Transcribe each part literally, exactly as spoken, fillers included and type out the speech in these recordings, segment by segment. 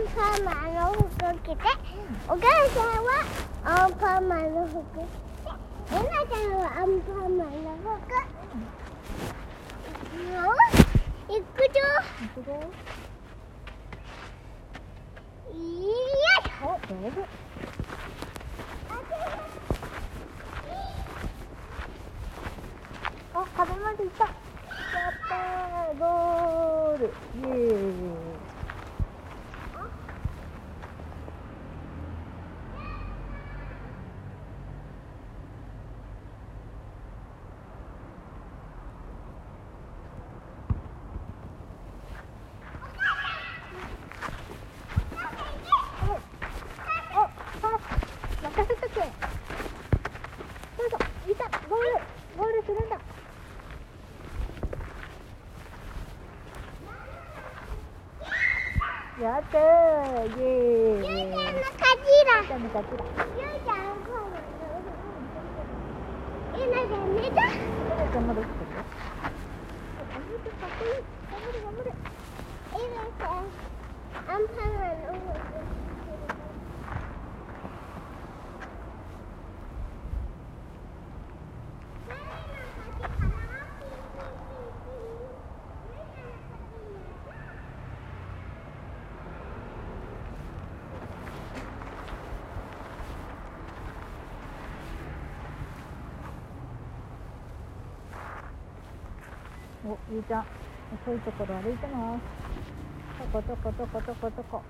ンパンマンの服着て、お母さんはアンパンマンの服着て、エナちゃんはアンパンマンの服。よし、行くぞ。 行くぞ。 いやお、上手。あ、壁まで行った。やったー、ゴール。イエーイ。任せとけ。どうぞ、いた、ゴール、ゴールするんだ。やったー、イエーイ。 ゆうちゃんの勝ちだ。 ゆうちゃんの勝ちだ。 ゆうちゃん、こう。えなちゃん寝た。 ゆうちゃんまだ起きてるよ。ゆうちゃんかっこいい。頑張れ頑張れ。 えなちゃん、アンパンマンの服。 お、ゆうちゃん、遅いところ歩いてます。とことことことことこ。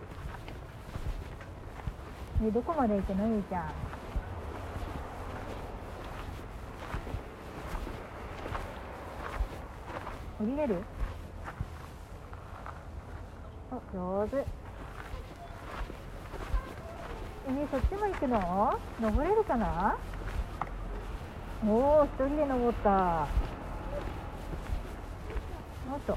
ね、どこまで行くの、ゆうちゃん。降りれる？お、上手。え、ね、そっちも行くの？登れるかな？おお、一人で登った。おっと。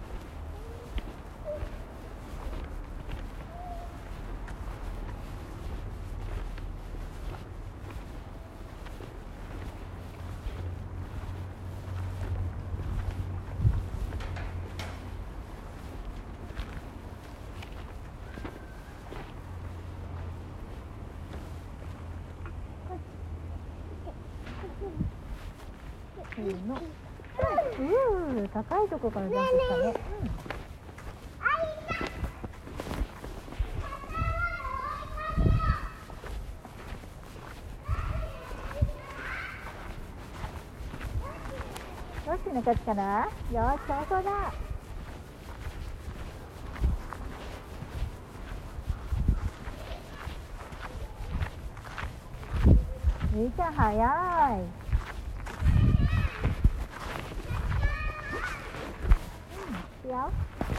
せーの。うー、高いとこからジャンプしたね。うん。どっちの勝ちかな？よーし、そうそうだ。ゆいちゃん早い。うん、いいよ。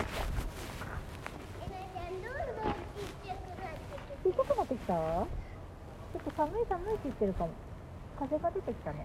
ちっちゃくなってきた？ちょっと寒い寒いって言ってるかも。風が出てきたね。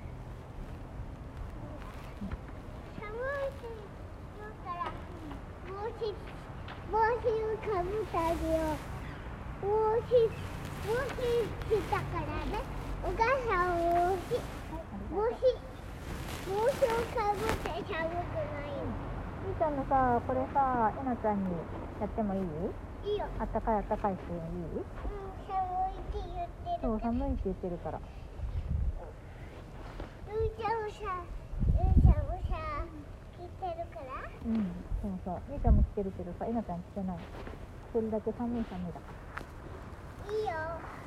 寒いって言うから帽子帽子をかぶってあげよう。帽子帽子したからね。お母さん帽子帽子帽子をかぶって寒くない。 みーちゃんのさ、これさ、えなちゃんにやってもいい？ いいよ。 あったかいあったかいしていい？ うん、寒いって言ってる。 そう、寒いって言ってるから。 ゆうちゃんもさ、ゆうちゃんもさ、着てるから。 うん、そうそう。みーちゃんも着てるけどさ、えなちゃん着てない。それだけ寒い寒いだから。 いいよ。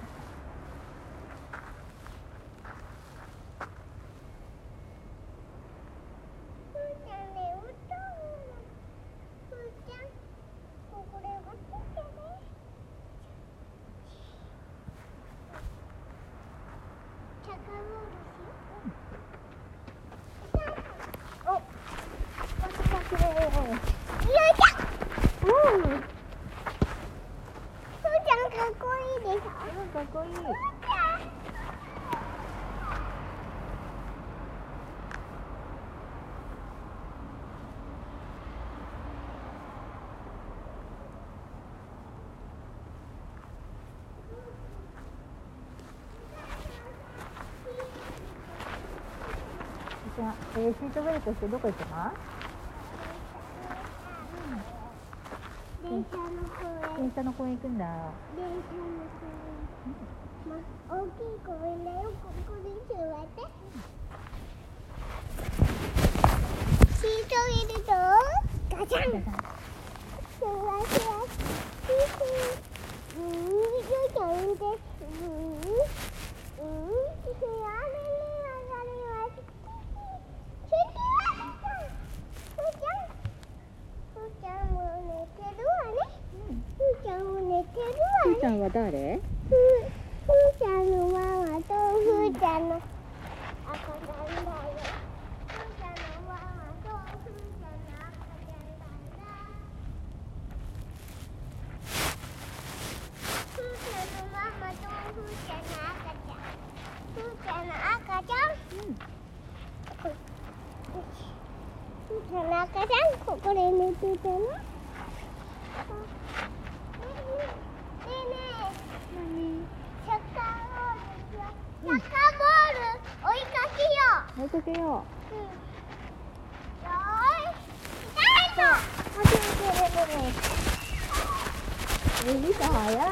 ふーちゃんね、うとふーちゃん、これ持っててね。チャカロールしよう。 お、パチパチでー。 よいしょ。 うん。 ふーちゃんかっこいいでしょ。 うん、かっこいい。 ふーちゃん。 じゃあ、えー、シートベルトしてどこ行くの？ で、 電車の公園。 電車の公園行くんだ。 電車の公園。ま、大きい公園だよ。ここに座って。シートいるぞ。ガチャン。 ガチャン。 すわすわ。うん、ゆうちゃん運転。うん、うん、やめに上がります。ふーちゃんも寝てるわね。ふーちゃんも寝てるわね。 ふーちゃんは誰？ ふー、ふーちゃんのママとふーちゃんの赤ちゃんだよ。ふーちゃんのママとふーちゃんの赤ちゃんだよ。ふーちゃんのママとふーちゃんの赤ちゃん。ふーちゃんの赤ちゃん。 うん。 ふーちゃんの赤ちゃん、ここで寝ててね。ねえねえ。 何？ サッカーボールですよ。サッカーボール追いかけよう。 追いかけよう。 うん。よーい。スタート。 あ、見て見て見て。ゆりさん早い。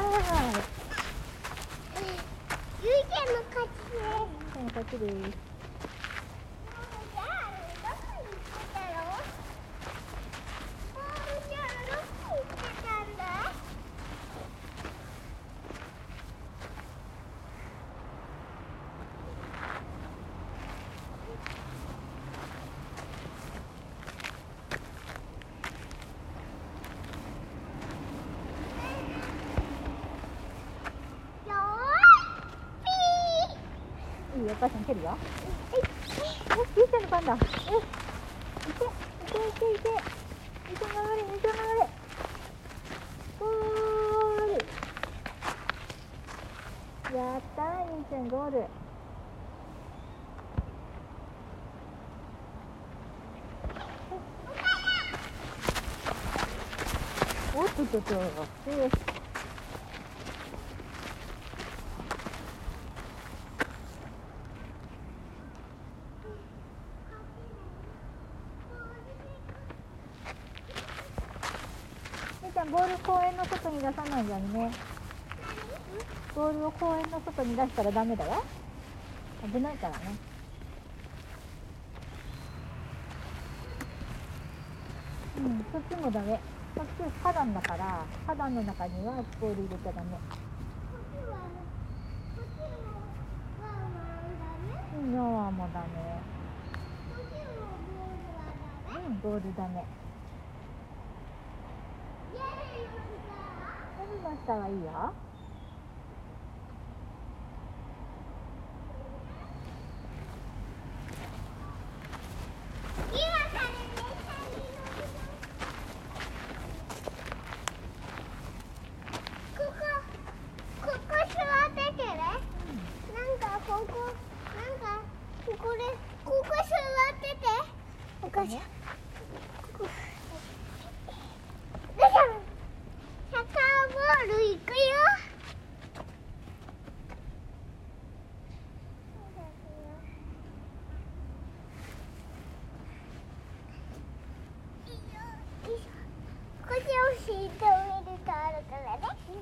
ゆいちゃんの勝ちです。 その勝ちです。 じゃあ、どこに行ってたの？ボールちゃん、どこに行ってたんだ？ いいよ、お母さん蹴るよ。よし、ゆうちゃんの番だ。よし、いけ、いけ、いけ、いけ。ゆうちゃん頑張れ、ゆうちゃん頑張れ。ゴール。やったー、ゆうちゃんゴール。おっとっとっと。よし。ボール公園の外に出さないようにね。ボールを公園の外に出したらダメだよ。危ないからね。うん、そっちもダメ。そっち花壇だから、花壇の中にはボール入れちゃダメ。うん、ノアもダメ。うん、ボールダメ。海の下はいいよ。シート見るとあるからね。うん、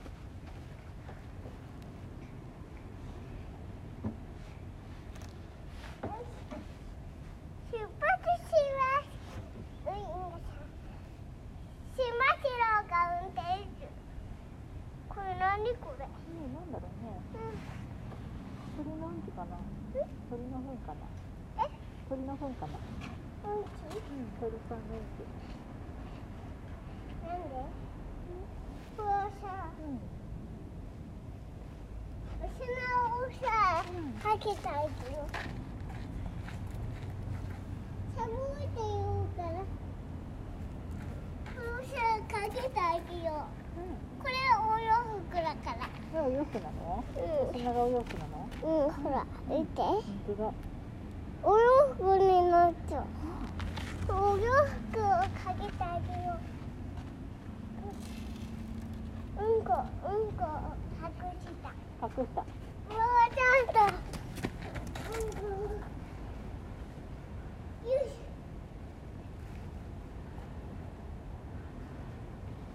出発します。ウイングさん。しましろうが運転手。これ何これ？ねえ、なんだろうね。 うん、 鳥のうんちかな。鳥の糞かな。 え？ 鳥の糞かな。 うんち？ うん、鳥さんのうんち。 なんで？これさ、うん、砂をさ、かけてあげよう。寒いって言うから、このさ、かけてあげよう。うん、これお洋服だから。 これお洋服なの？うん。砂がお洋服なの？ うん、ほら、見て。 本当だ。 お洋服になっちゃう。お洋服をかけてあげよう。うんこ、うんこ隠した。 隠した。 うわ、ちゃんと。うんこ。よし。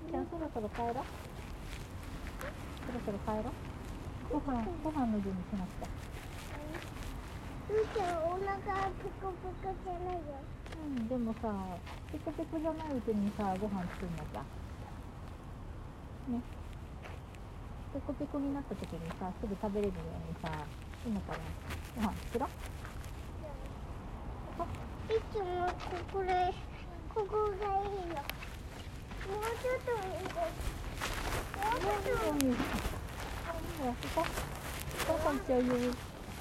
じゃあそろそろ帰ろう。そろそろ帰ろう。ご飯ご飯の準備しなくちゃ。 うーちゃんお腹ペコペコじゃないよ。 うん、でもさ、ペコペコじゃないうちにさ、ご飯作んなきゃね。ペコペコになった時にさ、すぐ食べれるようにさ、今からご飯作ろう。 いつもここで、ここがいいよ。もうちょっと見て。もうちょっと見て。 いいよ、ここ。ここ行っちゃうよ。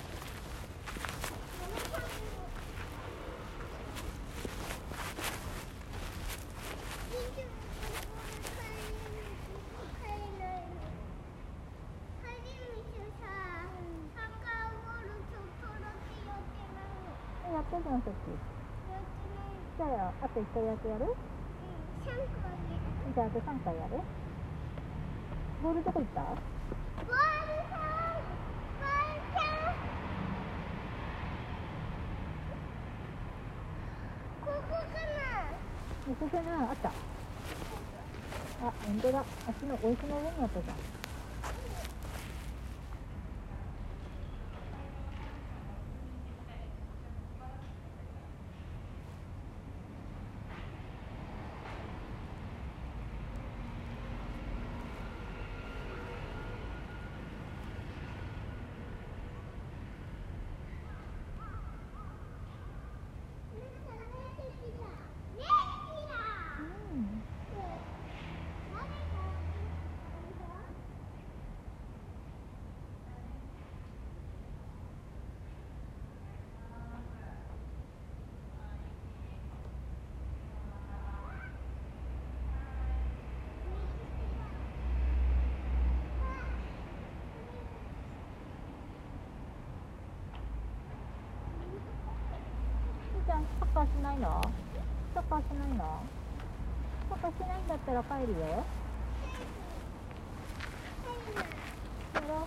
やったじゃん、さっき。じゃあ、あといっかいだけやる？じゃあ、あとさんかいやる？ボールどこ行った？ ボールさん、ボールさん。ここかな？ ここじゃない、あった。あ、本当だ。足の、お椅子の上にあったじゃん。サッカーしないの？サッカーしないの？サッカーしないんだったら帰るよ。やろう。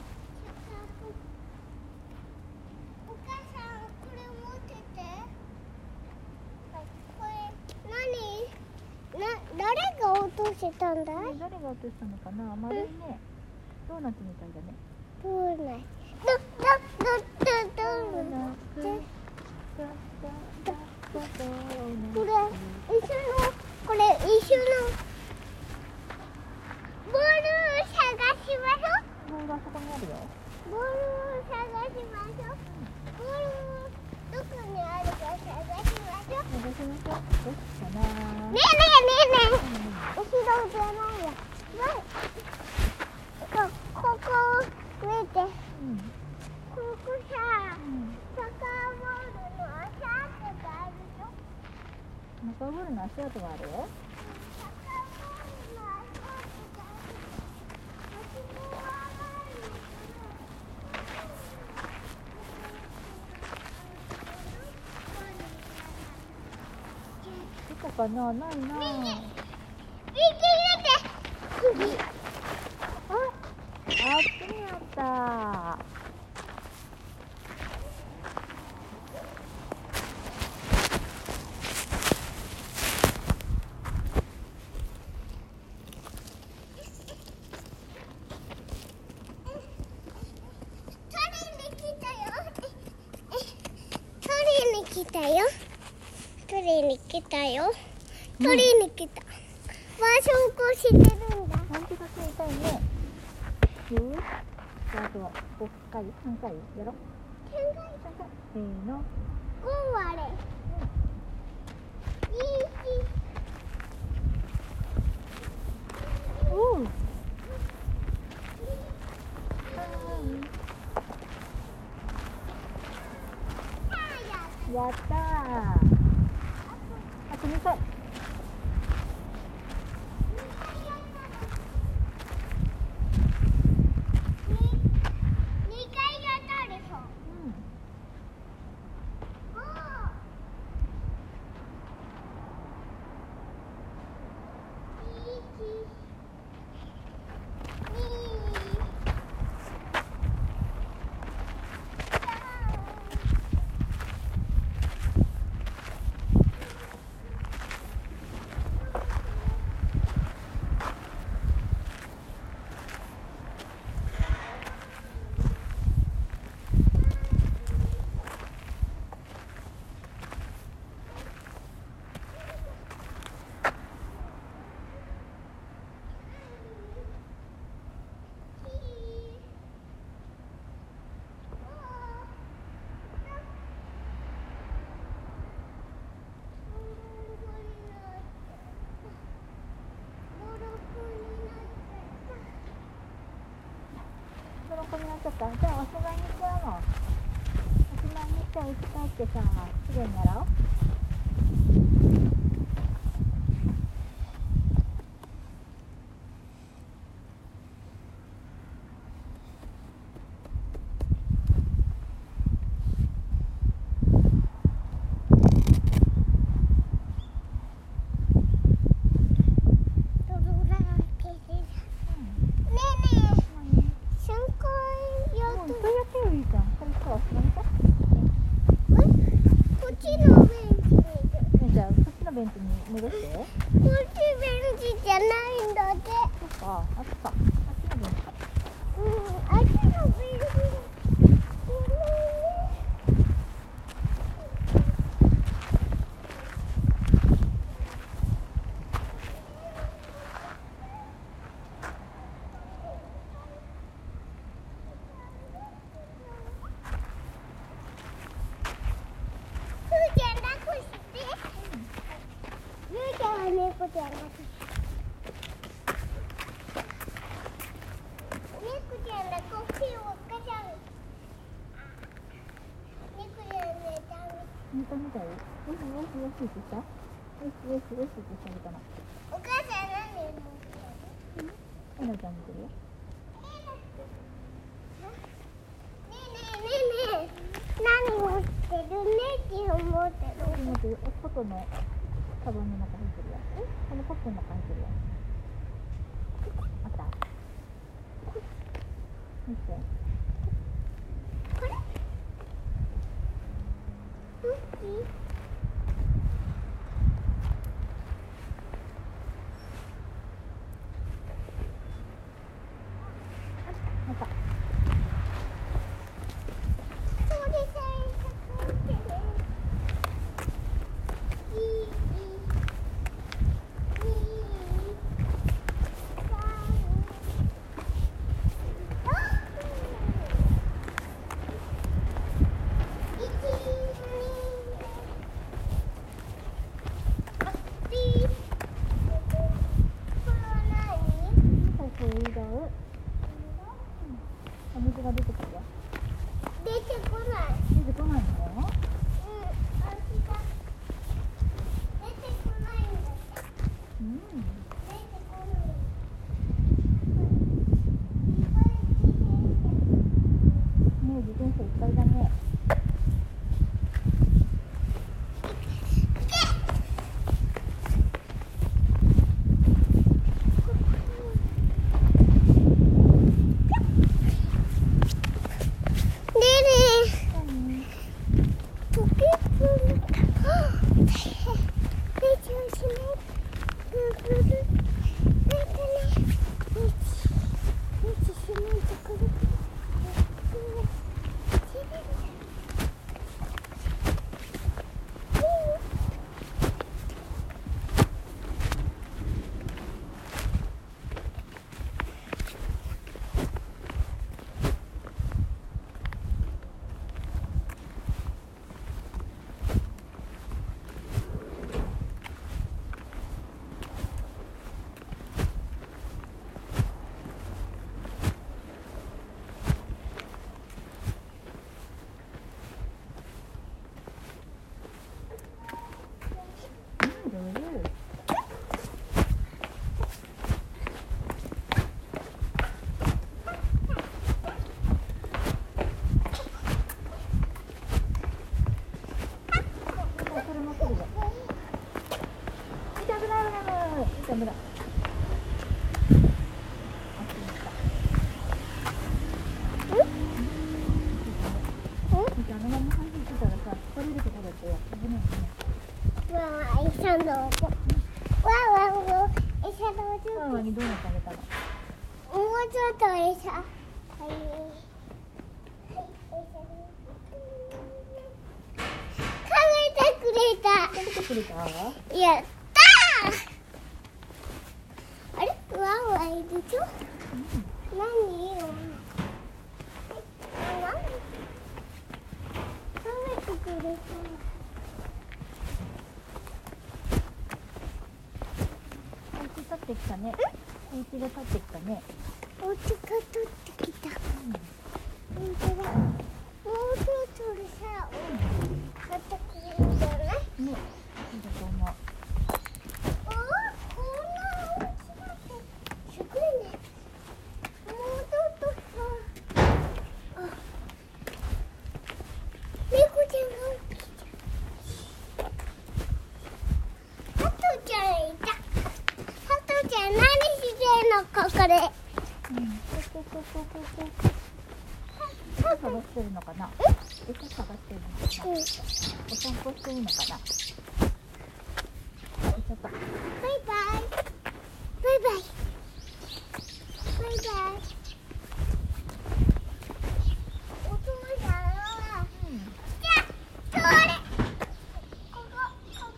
お母さん、これ持ってて。これ、何？な、誰が落としたんだ？ ね、誰が落としたのかな？丸いね。ドーナツみたいだね。 ドーナツ。ド、ド、ド、ド、ドーナツ。これ一緒のこれ一緒のボール探しましょう。 ボールがそこにあるよ。 ボール探しましょう。ボールどこにあるか探しましょう。 探しましょう。どっちかな。 ねえねえねえねえ。後ろじゃないよ。こここ見て。 うん、 ここさ、うん、サッカーボールの足跡があるよ。 サッカーボールの足跡があるよ。 サッカーボールの足跡がある。私もわかる。 どこかな、ないな。 見て見て。 あ、あっちにあった。 取りに来たよ。取りに来たよ。取りに来た。場所をこうしてるんだ。 本当だ、ついたいね。よし。じゃあ、あとはごかい、さんかいやろう。 せーの。 ご割れ。いち。 おう。やったー。あとにかい。 ちゃった。じゃあおしまいにしようもん。おしまいにしてお家帰ってさ、すぐにやろう。ベンチに戻して。こっちベンチじゃないんだって。そっか、あっちか。あっちのベンチか。うん、あっちのベンチ。ふーちゃん抱っこして。猫ちゃんが猫ちゃんがこっちをかちゃう。猫ちゃんね、ちゃん見たみたい。よしよしよしってした。よしよしよしってしたみたいな。 お母さん何持ってる？ えなちゃん見てるよ。 ねえねえねえねえ、何持ってる？ネギを持ってる。 持ってる。外のカバンの中入ってるよ。このポットの中入ってるよ。あった。見て。 これ？どっち？ あった。 それさえかかってる。いい。 お水が出てくるよ。 出てこない。 出てこないの？ うん、あっちだ。出てこないんだって。 うん。 出てこない。 ねえ、自転車いっぱいだね。ダメだ。あのまま走ってたらさ、疲れるとこだって危ないよね。 わわ、餌の音。わわわ、餌の音。 ワンワンにどうなってあげたの？ もうちょっと餌。はい。はい、餌食べてくれた。 食べてくれた？ やったー。あれ、ワンワンいるでしょ？うん、何よ。食べてくれた。 お家立ってきたね。お家が立ってきたね。 お家が取ってきた。 うん本当だ。もうそろそろさ、買ってくるんじゃない？ ね、そうだと思う。 おー、こんな大きなってすごいね。もうちょっとさ、あ、猫ちゃんが起きた。ハトちゃんいた。ハトちゃん何してんのここで。 うん、こここここここ。餌探してるのかな？ え？ 餌探してるのかな？ うん。 お散歩してるのかな？あ、ちょっと。 バイバイ。バイバイ。バイバイ。お父さんは、 うん。 じゃあ、それ。ここ、ここ。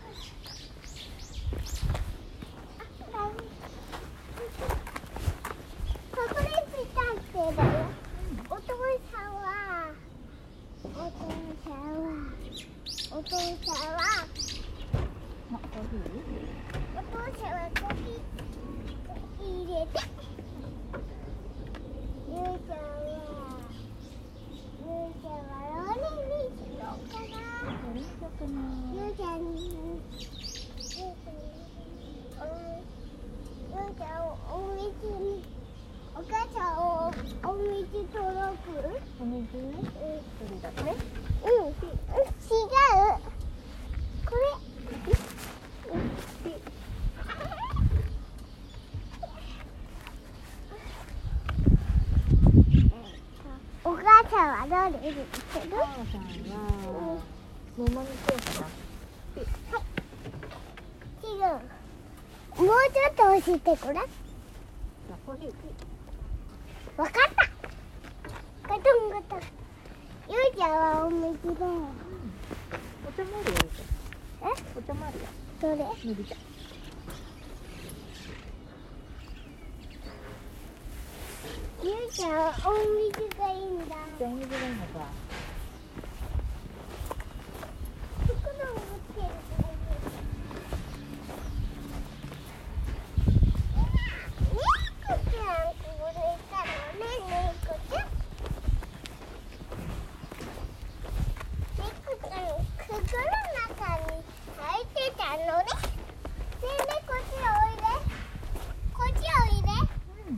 あ、はい。ここでピタってだよ。お父さんは、お父さんは、お父さんは、 あ、コーヒー？ お父さんはコーヒー、コーヒー入れて。ゆうちゃんは、ゆうちゃんは何にしようかな。 どうしようかな。 ゆうちゃんに、ゆうちゃんに、お、ゆうちゃんをお水に、お母さんをお水届く？ お水？ うん。 どれだ？これ？ うん、違う。これ。お母さんはどれにする？ お母さんは桃にしようかな。 違う。もうちょっと教えてくれ。 じゃあコーヒー。 わかった。ガトンガトン。ゆうちゃんはお水だよ。 お茶もあるよ。 え？ お茶もあるよ。 どれ？ 麦茶。 ゆうちゃんはお水がいいんだ。 じゃあお水がいいのか。 袋を持ってるからね。猫ちゃん、これいたのね、猫ちゃん。猫ちゃん、袋の中に入ってたのね。ねえねえ、こっちおいで。こっちおいで。 うん。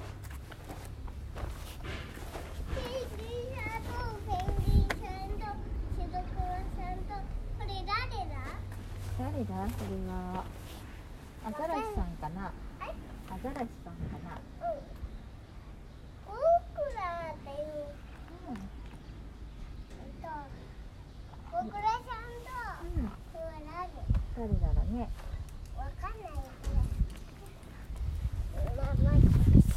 ペンギンさんとペンギンさんとシドクワさんと、これ誰だ？ 誰だ？それはアザラシさんかな。 はい。 アザラシさんかな。 うん。オクラっていう。 うん。 と、小倉さんと、 うん。 これは誰だろうね。 誰？わかんないよ、これ。まあまあ。ね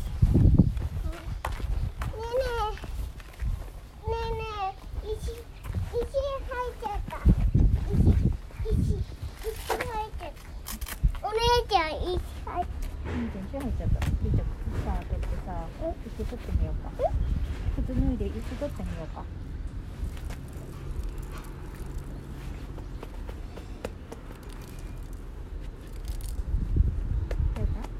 えねえ。ねえねえ。石、石入っちゃった。石、石、石入っちゃった。お姉ちゃん、石入っうん、全然入っちゃった。ゆうちゃん、靴さ、取ってさ、石取ってみようか。靴脱いで石取ってみようか。どうだ？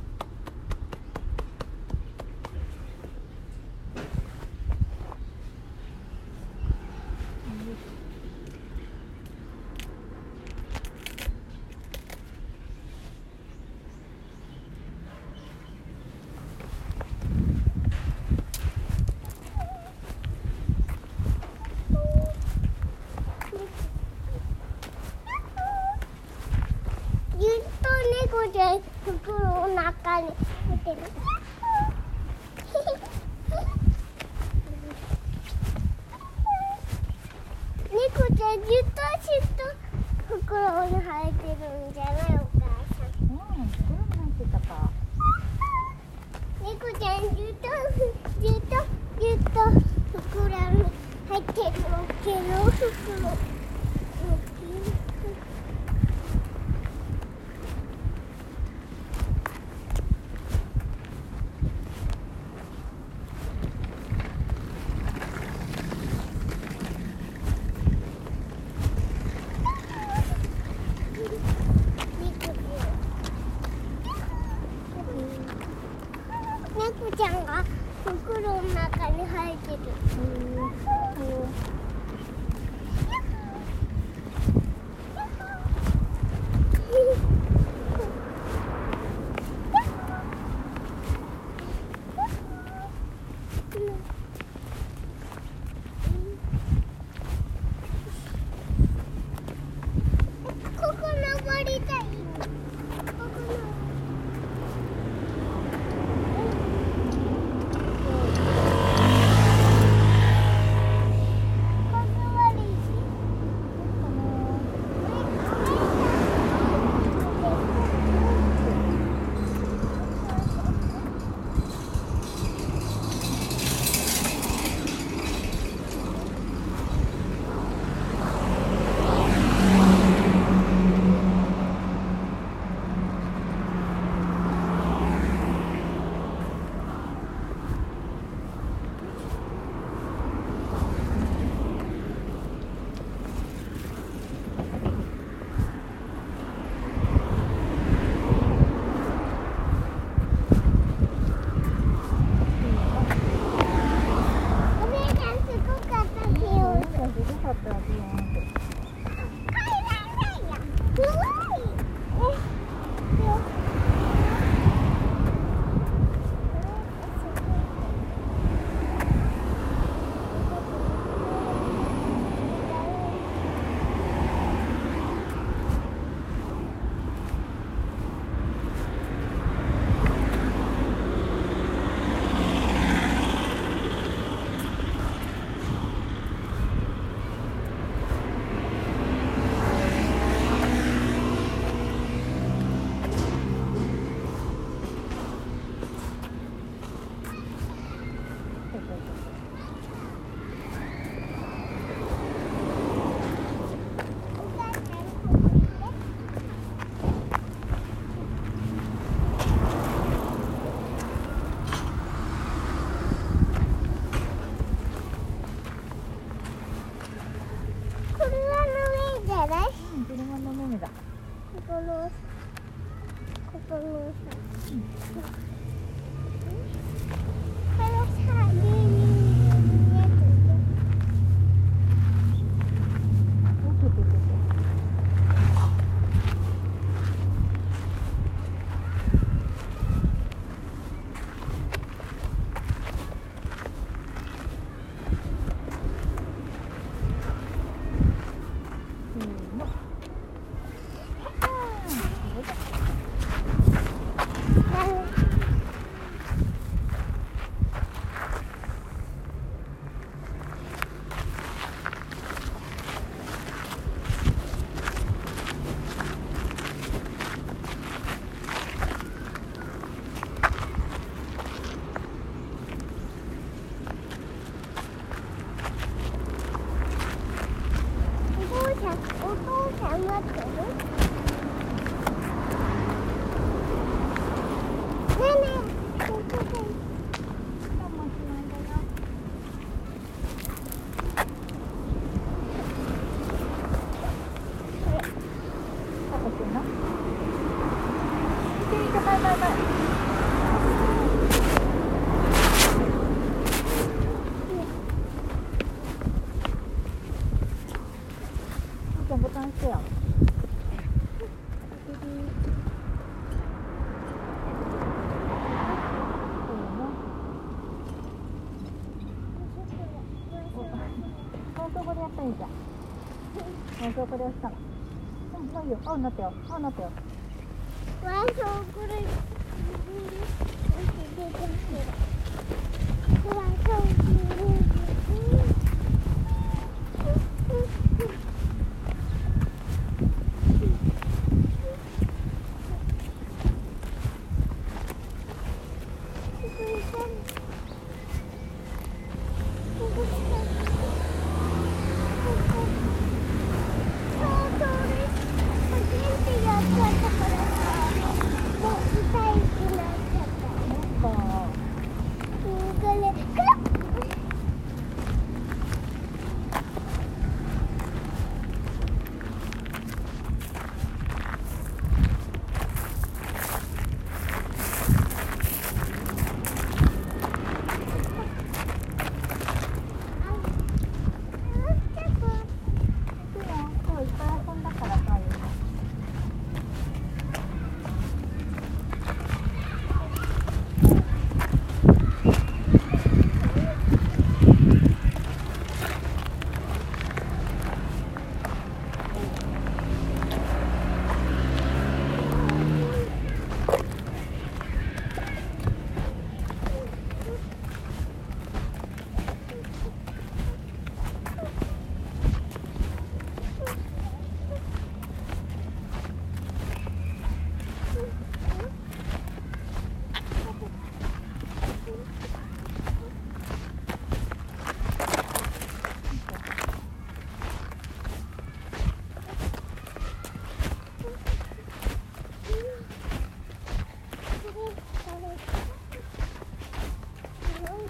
ゆっと猫ちゃん袋の中に入ってる。猫ちゃんずっとしっと袋に入ってるんじゃないお母さん。 うん、袋に入ってたか。 猫ちゃんずっとずっとずっと袋に入ってるけど袋。猫ちゃんが袋です。 うん、車のメメだ。 ここの、ここのさ、うん、これさ、牛乳入れてて。 おっとっとっとっと。 お父さん待ってる？ねえねえ、ここで。 ボタンしてよ。もうそこでやったらいいじゃん。もうそこで押したの。うん、もういいよ。青になったよ。青になったよ。 わあ、そう、これ。出てきてる。わあ、そう。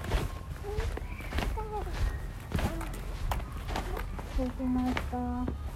そうしました。